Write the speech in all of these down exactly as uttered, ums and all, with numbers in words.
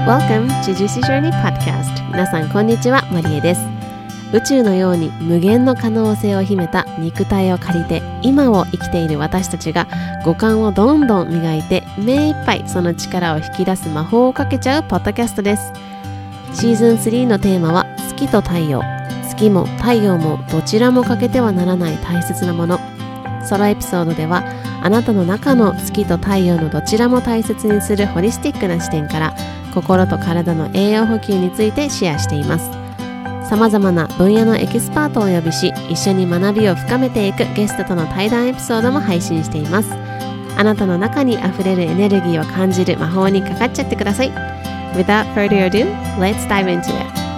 Welcome to Juicy Journey Podcast。 皆さんこんにちは、マリエです。宇宙のように無限の可能性を秘めた肉体を借りて今を生きている私たちが五感をどんどん磨いて目いっぱいその力を引き出す魔法をかけちゃうポッドキャストです。シーズンスリーのテーマは月と太陽。月も太陽もどちらも欠けてはならない大切なもの。ソロエピソードではあなたの中の月と太陽のどちらも大切にするホリスティックな視点から心と体の栄養補給についてシェアしています。さまざまな分野のエキスパートをお呼びし、一緒に学びを深めていくゲストとの対談エピソードも配信しています。あなたの中にあふれるエネルギーを感じる魔法にかかっちゃってください。 Without further ado, let's dive into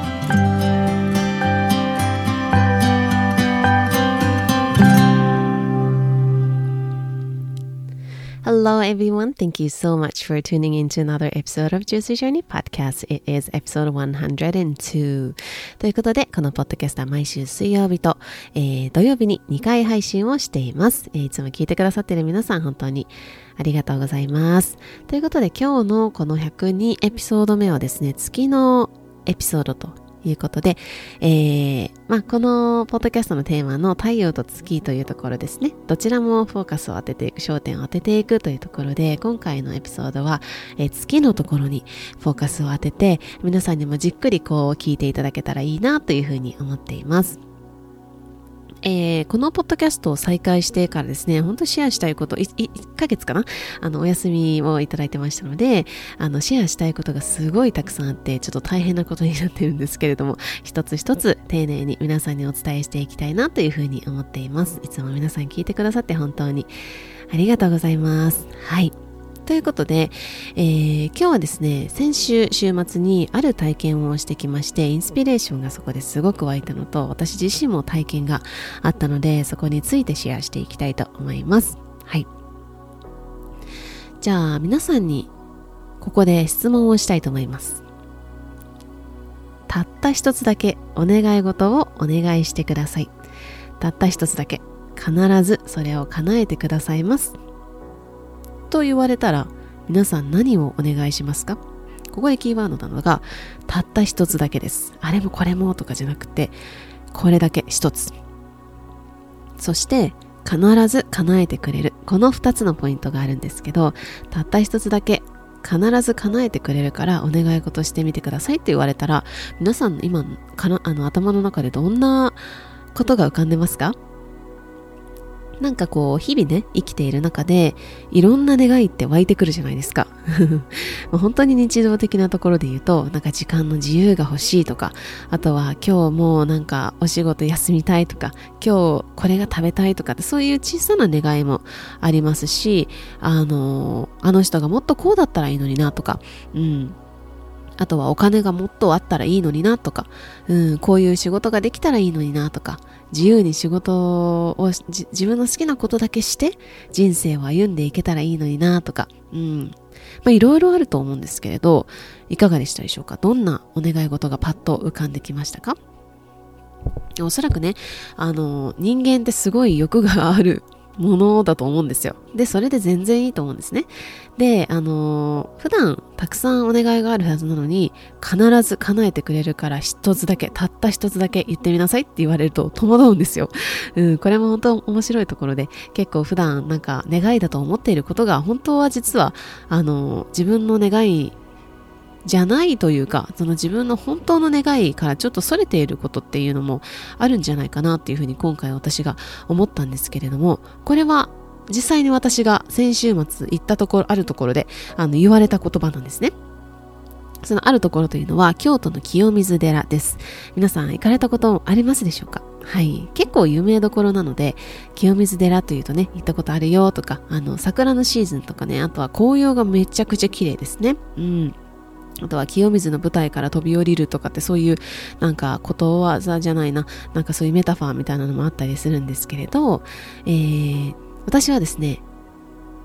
it.Hello everyone, thank you so much for tuning in to another episode of Juicy Journey Podcast. It is episode one hundred two. ということで、このポッドキャストは毎週水曜日と、えー、土曜日ににかい配信をしています、えー。いつも聞いてくださっている皆さん本当にありがとうございます。ということで、今日のこのひゃくにエピソード目はですね、月のエピソードということで、えーまあ、このポッドキャストのテーマの太陽と月というところですね、どちらもフォーカスを当てていく、焦点を当てていくというところで、今回のエピソードは、えー、月のところにフォーカスを当てて、皆さんにもじっくりこう聞いていただけたらいいなというふうに思っています。えー、このポッドキャストを再開してからですね、本当シェアしたいこと、いいっかげつかな、あのお休みをいただいてましたので、あのシェアしたいことがすごいたくさんあって、ちょっと大変なことになってるんですけれども、一つ一つ丁寧に皆さんにお伝えしていきたいなというふうに思っています。いつも皆さん聞いてくださって本当にありがとうございます。はい。ということで、えー、今日はですね、先週週末にある体験をしてきまして、インスピレーションがそこですごく湧いたのと、私自身も体験があったので、そこについてシェアしていきたいと思います。はい。じゃあ皆さんにここで質問をしたいと思います。たった一つだけお願い事をお願いしてください。たった一つだけ、必ずそれを叶えてくださいますと言われたら、皆さん何をお願いしますか？ここでキーワードなのが、たった一つだけです。あれもこれもとかじゃなくて、これだけ一つ。そして、必ず叶えてくれる。この二つのポイントがあるんですけど、たった一つだけ、必ず叶えてくれるからお願い事してみてくださいって言われたら、皆さんの今かなあの頭の中でどんなことが浮かんでますか？なんかこう日々ね生きている中でいろんな願いって湧いてくるじゃないですか本当に日常的なところで言うと、なんか時間の自由が欲しいとか、あとは今日もうなんかお仕事休みたいとか、今日これが食べたいとかって、そういう小さな願いもありますし、あのあの人がもっとこうだったらいいのになとか、うんあとはお金がもっとあったらいいのになとか、うん、こういう仕事ができたらいいのになとか、自由に仕事を自分の好きなことだけして人生を歩んでいけたらいいのになとか、うん、まあいろいろあると思うんですけれど、いかがでしたでしょうか？どんなお願い事がパッと浮かんできましたか？おそらくね、あの人間ってすごい欲があるものだと思うんですよ。で、それで全然いいと思うんですね。で、あのー、普段たくさんお願いがあるはずなのに、必ず叶えてくれるから一つだけ、たった一つだけ言ってみなさいって言われると戸惑うんですよ。うん、これも本当面白いところで、結構普段なんか願いだと思っていることが、本当は実は、あのー、自分の願いじゃないというか、その自分の本当の願いからちょっと逸れていることっていうのもあるんじゃないかなっていうふうに今回私が思ったんですけれども、これは実際に私が先週末行ったところ、あるところであの言われた言葉なんですね。そのあるところというのは京都の清水寺です。皆さん行かれたことありますでしょうか？はい。結構有名どころなので、清水寺というとね、行ったことあるよとか、あの桜のシーズンとかね、あとは紅葉がめちゃくちゃ綺麗ですね。うん。あとは清水の舞台から飛び降りるとかって、そういうなんかことわざじゃないな、なんかそういうメタファーみたいなのもあったりするんですけれど、えー、私はですね、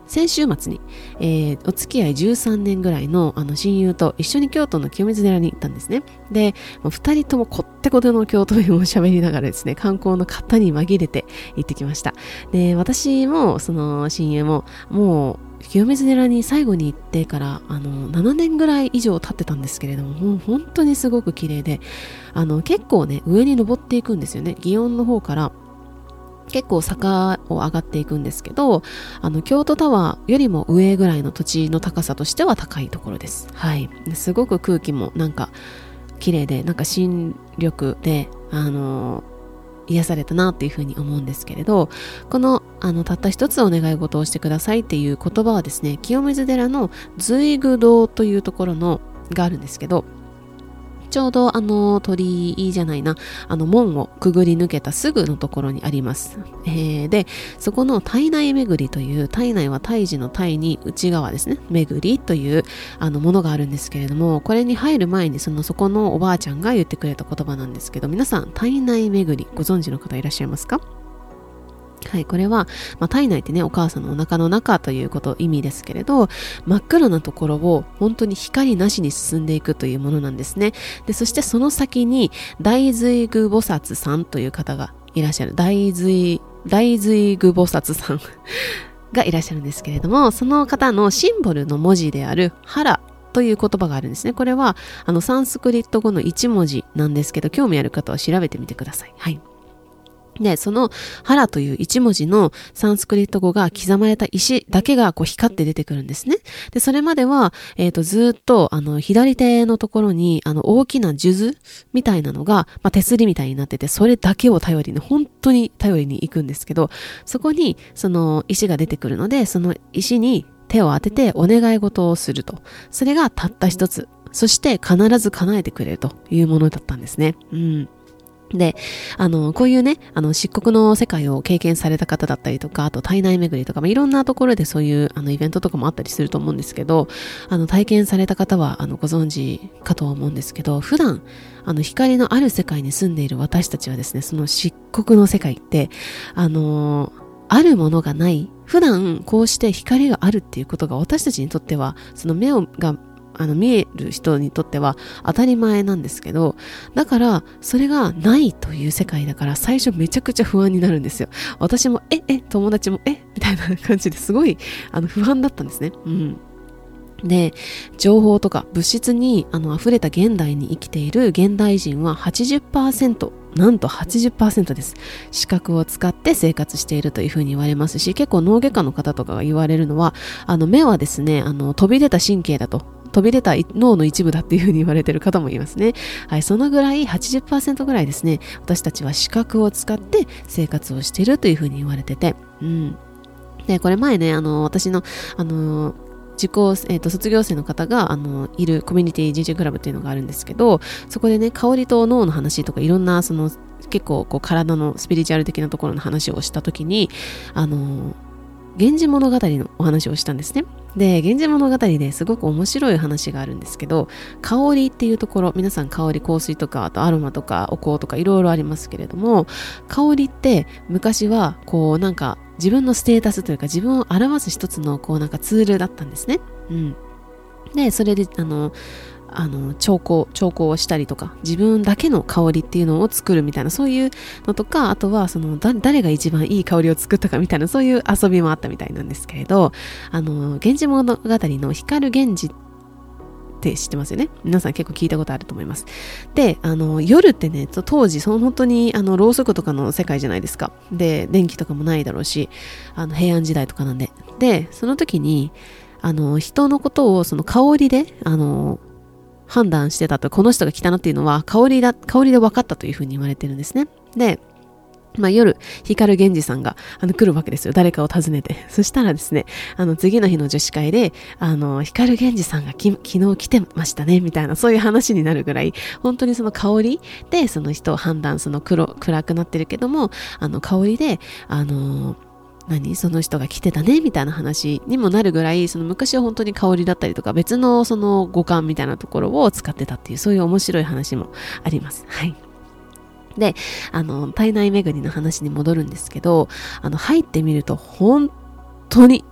先週末に、えー、お付き合いじゅうさんねんぐらいのあの親友と一緒に京都の清水寺に行ったんですね。で、もう二人ともこってこての京都弁を喋りながらですね、観光の方に紛れて行ってきました。で、私もその親友ももう清水寺に最後に行ってからあのななねんぐらい以上経ってたんですけれども、もう本当にすごく綺麗で、あの結構ね上に登っていくんですよね。祇園の方から結構坂を上がっていくんですけど、あの京都タワーよりも上ぐらいの土地の高さとしては高いところです。はい。すごく空気もなんか綺麗で、なんか新緑であの癒されたなっていうふうに思うんですけれど、このあのたった一つお願い事をしてくださいっていう言葉はですね、清水寺の随具堂というところのがあるんですけど、ちょうどあの鳥居じゃないな、あの門をくぐり抜けたすぐのところにあります。えー、で、そこの胎内巡りという、胎内は胎児の胎に内側ですね、巡りというあのものがあるんですけれども、これに入る前にそのそこのおばあちゃんが言ってくれた言葉なんですけど、皆さん胎内巡りご存知の方いらっしゃいますか？はい、これは、まあ、体内ってね、お母さんのお腹の中ということ、意味ですけれど、真っ暗なところを本当に光なしに進んでいくというものなんですね。で、そしてその先に、大随具菩薩さんという方がいらっしゃる。大随、大随具菩薩さんがいらっしゃるんですけれども、その方のシンボルの文字である、腹という言葉があるんですね。これは、あの、サンスクリット語の一文字なんですけど、興味ある方は調べてみてください。はい。で、その腹という一文字のサンスクリット語が刻まれた石だけがこう光って出てくるんですね。で、それまでは、えっと、ずっと、あの、左手のところに、あの、大きな数珠みたいなのが、まあ、手すりみたいになってて、それだけを頼りに、本当に頼りに行くんですけど、そこに、その石が出てくるので、その石に手を当ててお願い事をすると。それがたった一つ。そして必ず叶えてくれるというものだったんですね。うん。で、あの、こういうね、あの、漆黒の世界を経験された方だったりとか、あと体内巡りとか、まあ、いろんなところでそういう、あの、イベントとかもあったりすると思うんですけど、あの、体験された方は、あの、ご存知かとは思うんですけど、普段、あの、光のある世界に住んでいる私たちはですね、その漆黒の世界って、あの、あるものがない、普段こうして光があるっていうことが私たちにとっては、その目をが、あの見える人にとっては当たり前なんですけど、だからそれがないという世界だから最初めちゃくちゃ不安になるんですよ。私もええ友達もえみたいな感じですごいあの不安だったんですね。うん。で、情報とか物質にあの溢れた現代に生きている現代人は はちじゅっパーセント、なんと はちじゅっパーセント です。視覚を使って生活しているというふうに言われますし、結構脳外科の方とかが言われるのは、あの目はですね、あの飛び出た神経だと。飛び出た脳の一部だっていうふうに言われている方もいますね。はい、そのぐらい はちじゅっパーセント ぐらいですね、私たちは視覚を使って生活をしているというふうに言われてて、うん。で、これ前ね、あの、私の、あの、受講、えっと、卒業生の方が、あの、いるコミュニティ人生クラブっていうのがあるんですけど、そこでね、香りと脳の話とかいろんな、その、結構、こう、体のスピリチュアル的なところの話をしたときに、あの、源氏物語のお話をしたんですね。で、源氏物語ですごく面白い話があるんですけど、香りっていうところ、皆さん香り、香水とか、あとアロマとかお香とかいろいろありますけれども、香りって昔はこうなんか自分のステータスというか自分を表す一つのこうなんかツールだったんですね。うん。で、それであの、あの調香調香をしたりとか自分だけの香りっていうのを作るみたいなそういうのとか、あとはそのだ誰が一番いい香りを作ったかみたいなそういう遊びもあったみたいなんですけれど、あの源氏物語の光源氏って知ってますよね。皆さん結構聞いたことあると思います。で、あの夜ってね、当時その本当にあのろうそくとかの世界じゃないですか。で、電気とかもないだろうし、あの平安時代とかなんで、でその時にあの人のことをその香りであの判断してたと、この人が来たなっていうのは香りだ、香りで分かったというふうに言われてるんですね。で、まあ夜、光源氏さんがあの来るわけですよ。誰かを訪ねて。そしたらですね、あの次の日の女子会で、あの、光源氏さんがき昨日来てましたね、みたいな、そういう話になるぐらい、本当にその香りでその人を判断、その黒、暗くなってるけども、あの香りで、あの、何その人が来てたねみたいな話にもなるぐらい、その昔は本当に香りだったりとか別のその五感みたいなところを使ってたっていう、そういう面白い話もあります。はい。で、あの体内巡りの話に戻るんですけど、あの入ってみると本当に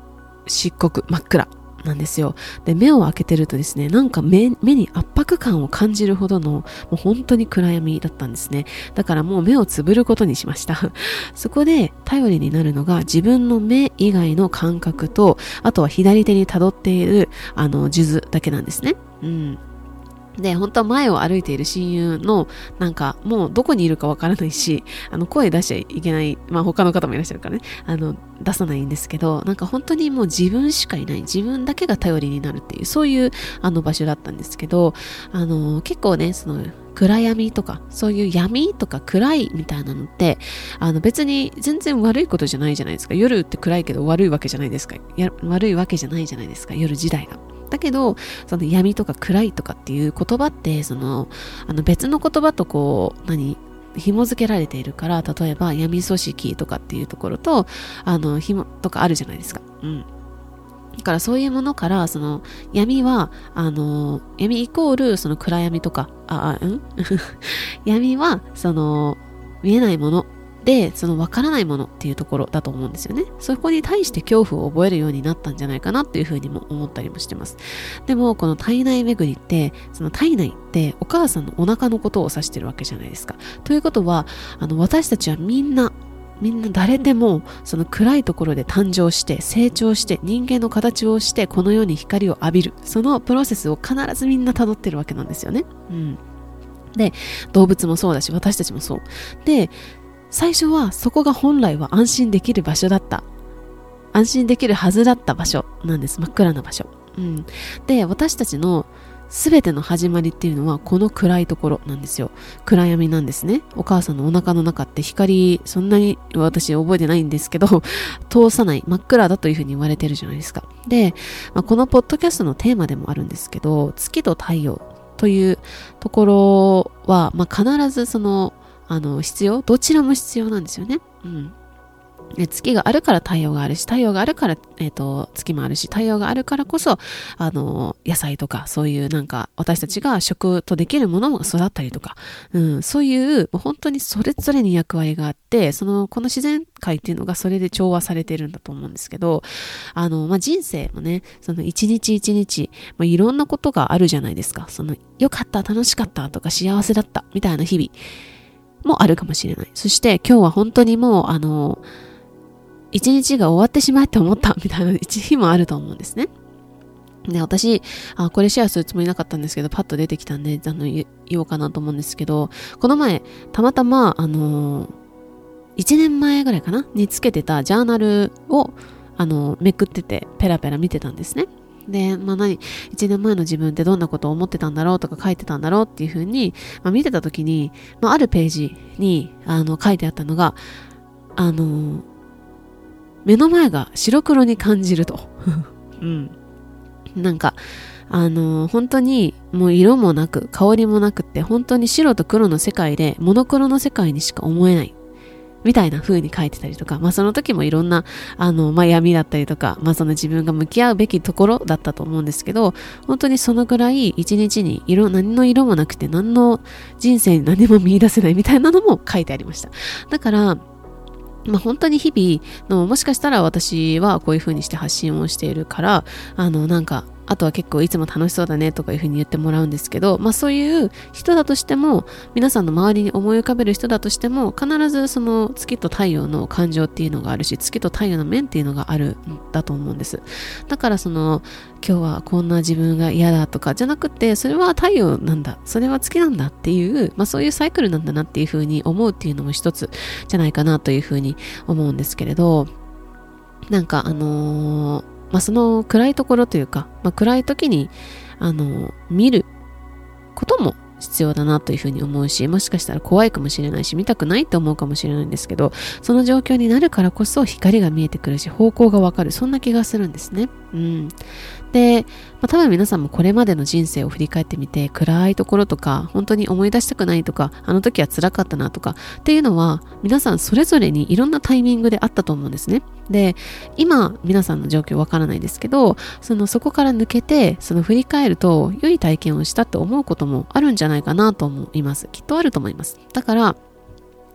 漆黒、真っ暗なんですよ。で、目を開けてるとですね、なんか 目, 目に圧迫感を感じるほどの、もう本当に暗闇だったんですね。だからもう目をつぶることにしました。そこで頼りになるのが自分の目以外の感覚と、あとは左手に辿っているあの数珠だけなんですね。うん。で、本当は前を歩いている親友の、なんか、もうどこにいるかわからないし、あの、声出しちゃいけない、まあ他の方もいらっしゃるからね、あの、出さないんですけど、なんか本当にもう自分しかいない、自分だけが頼りになるっていう、そういう、あの場所だったんですけど、あの、結構ね、その、暗闇とか、そういう闇とか暗いみたいなのって、あの別に全然悪いことじゃないじゃないですか。夜って暗いけど悪いわけじゃないですか。や悪いわけじゃないじゃないですか。夜時代が。だけど、その闇とか暗いとかっていう言葉って、その、あの別の言葉とこう、何、紐付けられているから、例えば闇組織とかっていうところと、あの、紐とかあるじゃないですか。うん。だからそういうものから、その闇は、あの、闇イコールその暗闇とか、あ、あ、うん闇は、その、見えないもので、その分からないものっていうところだと思うんですよね。そこに対して恐怖を覚えるようになったんじゃないかなっていうふうにも思ったりもしてます。でも、この体内巡りって、その体内ってお母さんのお腹のことを指してるわけじゃないですか。ということは、あの、私たちはみんな、みんな誰でもその暗いところで誕生して成長して人間の形をしてこの世に光を浴びる、そのプロセスを必ずみんな辿ってるわけなんですよね。うん。で、動物もそうだし私たちもそうで、最初はそこが本来は安心できる場所だった、安心できるはずだった場所なんです。真っ暗な場所。うん。で、私たちのすべての始まりっていうのはこの暗いところなんですよ。暗闇なんですね。お母さんのお腹の中って光そんなに私覚えてないんですけど通さない真っ暗だというふうに言われてるじゃないですか。で、まあ、このポッドキャストのテーマでもあるんですけど、月と太陽というところは、まあ、必ずそのあの必要、どちらも必要なんですよね。うん。月があるから太陽があるし、太陽があるから、えっと、月もあるし、太陽があるからこそ、あの、野菜とか、そういうなんか、私たちが食とできるものも育ったりとか、うん、そういう、本当にそれぞれに役割があって、その、この自然界っていうのがそれで調和されてるんだと思うんですけど、あの、まあ、人生もね、その一日一日、まあ、いろんなことがあるじゃないですか。その、良かった、楽しかったとか、幸せだった、みたいな日々もあるかもしれない。そして、今日は本当にもう、あの、一日が終わってしまえって思ったみたいな一日もあると思うんですね。で、私、あ、これシェアするつもりなかったんですけど、パッと出てきたんで、あの、言おうかなと思うんですけど、この前、たまたま、あのー、一年前ぐらいかなにつけてたジャーナルを、あのー、めくってて、ペラペラ見てたんですね。で、まあ何、一年前の自分ってどんなことを思ってたんだろうとか書いてたんだろうっていうふうに、まあ見てたときに、まああるページに、あの、書いてあったのが、あのー、目の前が白黒に感じると。うん。なんか、あのー、本当にもう色もなく、香りもなくって、本当に白と黒の世界で、モノクロの世界にしか思えない。みたいな風に書いてたりとか、まあその時もいろんな、あの、まあ闇だったりとか、まあその自分が向き合うべきところだったと思うんですけど、本当にそのぐらい一日に色、何の色もなくて、何の人生に何も見出せないみたいなのも書いてありました。だから、まあ、本当に日々の、もしかしたら私はこういう風にして発信をしているから、あの、なんか、あとは結構いつも楽しそうだねとかいう風に言ってもらうんですけど、まあそういう人だとしても、皆さんの周りに思い浮かべる人だとしても、必ずその月と太陽の感情っていうのがあるし、月と太陽の面っていうのがあるんだと思うんです。だからその、今日はこんな自分が嫌だとかじゃなくて、それは太陽なんだ、それは月なんだっていう、まあそういうサイクルなんだなっていう風に思うっていうのも一つじゃないかなという風に思うんですけれど、なんかあのーまあ、その暗いところというか、まあ、暗い時に、あの、見ることも必要だなというふうに思うし、もしかしたら怖いかもしれないし、見たくないって思うかもしれないんですけど、その状況になるからこそ光が見えてくるし、方向がわかる、そんな気がするんですね。うん。で、まあ、多分皆さんもこれまでの人生を振り返ってみて、暗いところとか、本当に思い出したくないとか、あの時は辛かったなとか、っていうのは、皆さんそれぞれにいろんなタイミングであったと思うんですね。で、今、皆さんの状況わからないですけど、その、そこから抜けて、その振り返ると、良い体験をしたって思うこともあるんじゃないかなと思います。きっとあると思います。だから、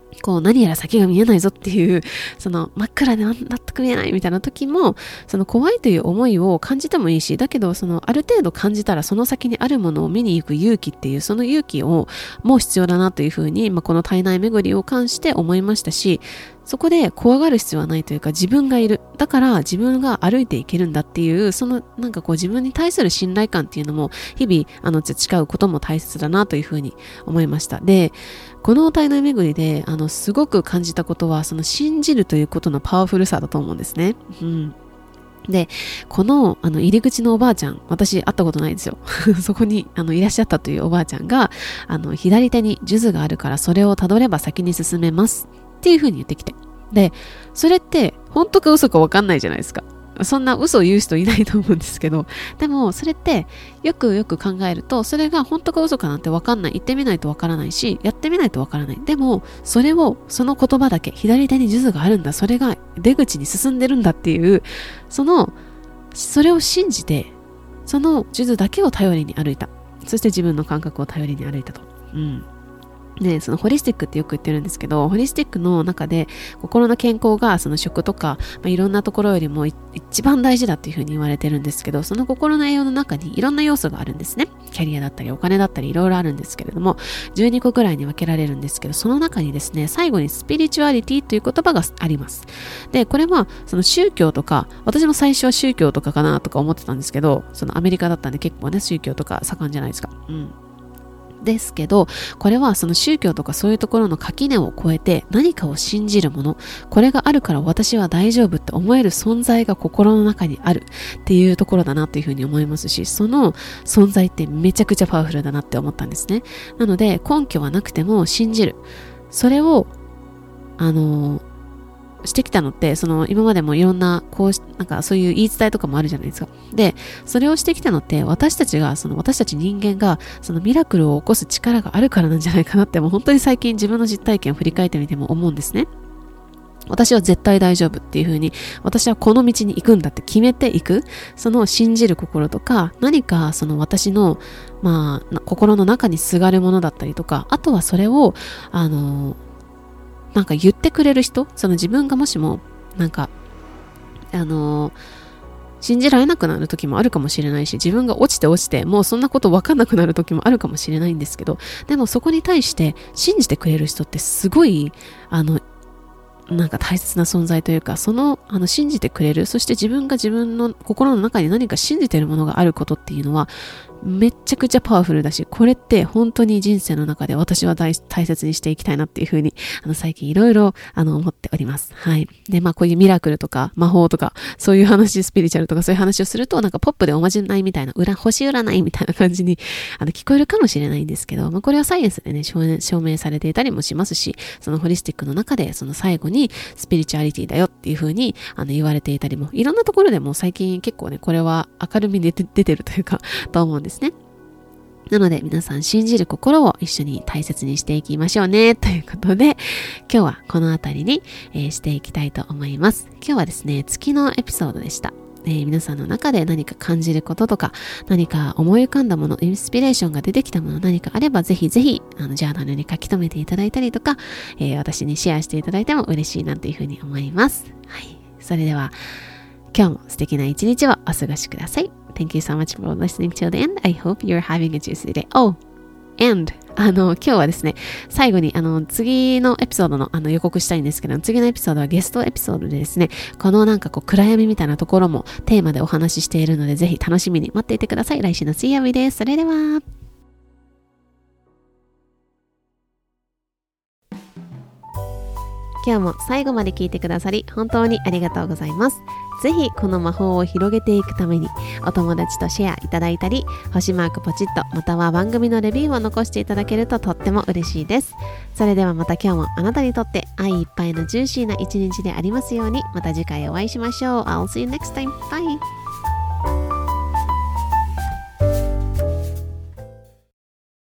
こう何やら先が見えないぞっていう、その真っ暗で納得見えないみたいな時も、その怖いという思いを感じてもいいし、だけどそのある程度感じたらその先にあるものを見に行く勇気っていう、その勇気をもう必要だなというふうに、まあ、この体内巡りを関して思いましたし、そこで怖がる必要はないというか、自分がいる。だから自分が歩いていけるんだっていう、そのなんかこう自分に対する信頼感っていうのも日々あの培うことも大切だなというふうに思いました。で、この体内巡りであのすごく感じたことは、その信じるということのパワフルさだと思うんですね。うん。で、この、あの、入り口のおばあちゃん、私会ったことないですよ。そこに、あの、いらっしゃったというおばあちゃんが、あの、左手に数珠があるからそれをたどれば先に進めますっていう風に言ってきて。で、それって、本当か嘘かわかんないじゃないですか。そんな嘘を言う人いないと思うんですけど、でも、それって、よくよく考えると、それが本当か嘘かなんてわかんない。言ってみないとわからないし、やってみないとわからない。でも、それを、その言葉だけ、左手に数珠があるんだ、それが出口に進んでるんだっていう、その、それを信じて、その数珠だけを頼りに歩いた。そして自分の感覚を頼りに歩いたと。うん。ね、そのホリスティックってよく言ってるんですけど、ホリスティックの中で心の健康がその食とか、まあ、いろんなところよりも一番大事だっていうふうに言われてるんですけど、その心の栄養の中にいろんな要素があるんですね。キャリアだったりお金だったりいろいろあるんですけれども、じゅうにこぐらいに分けられるんですけど、その中にですね、最後にスピリチュアリティという言葉があります。で、これはその宗教とか、私も最初は宗教とかかなとか思ってたんですけど、そのアメリカだったんで結構ね、宗教とか盛んじゃないですか。うん。ですけど、これはその宗教とかそういうところの垣根を越えて何かを信じるもの、これがあるから私は大丈夫って思える存在が心の中にあるっていうところだなというふうに思いますし、その存在ってめちゃくちゃパワフルだなって思ったんですね。なので根拠はなくても信じる。それをあのしてきたのって、その今までもいろんなこうなんかそういう言い伝えとかもあるじゃないですか。で、それをしてきたのって私たちがその私たち人間がそのミラクルを起こす力があるからなんじゃないかなって、もう本当に最近自分の実体験を振り返ってみても思うんですね。私は絶対大丈夫っていう風に、私はこの道に行くんだって決めていく、その信じる心とか、何かその私のまあ心の中にすがるものだったりとか、あとはそれをあのなんか言ってくれる人、その自分がもしもなんかあのー、信じられなくなる時もあるかもしれないし、自分が落ちて落ちてもうそんなこと分かんなくなる時もあるかもしれないんですけど、でもそこに対して信じてくれる人ってすごいあのなんか大切な存在というか、そのあの信じてくれる、そして自分が自分の心の中に何か信じているものがあることっていうのはめっちゃくちゃパワフルだし、これって本当に人生の中で私は 大, 大切にしていきたいなっていうふうにあの最近いろいろあの思っております。はい。で、まあこういうミラクルとか魔法とかそういう話、スピリチュアルとかそういう話をするとなんかポップでおまじないみたいな、裏星占いみたいな感じにあの聞こえるかもしれないんですけど、まあこれはサイエンスでね証明、証明されていたりもしますし、そのホリスティックの中でその最後にスピリチュアリティだよっていうふうにあの言われていたりも、いろんなところでも最近結構ねこれは明るみに出て、出てるというかと思うんですね。なので皆さん信じる心を一緒に大切にしていきましょうねということで、今日はこのあたりに、えー、していきたいと思います。今日はですね、月のエピソードでした。えー、皆さんの中で何か感じることとか、何か思い浮かんだもの、インスピレーションが出てきたもの、何かあればぜひぜひあのジャーナルに書き留めていただいたりとか、えー、私にシェアしていただいても嬉しいなというふうに思います。はい。それでは今日も素敵な一日をお過ごしください。Thank you so much for listening till the end. I hope you're having a juicy day. Oh, and あの今日はですね、最後にあの次のエピソードのあの予告したいんですけど、次のエピソードはゲストエピソードでですね、このなんかこう暗闇みたいなところもテーマでお話ししているので、ぜひ楽しみに待っていてください。来週の水曜日です。それでは。今日も最後まで聞いてくださり本当にありがとうございます。ぜひこの魔法を広げていくためにお友達とシェアいただいたり、星マークポチッとまたは番組のレビューを残していただけるととっても嬉しいです。それではまた今日もあなたにとって愛いっぱいのジューシーな一日でありますように。また次回お会いしましょう。I'll see you next time. Bye!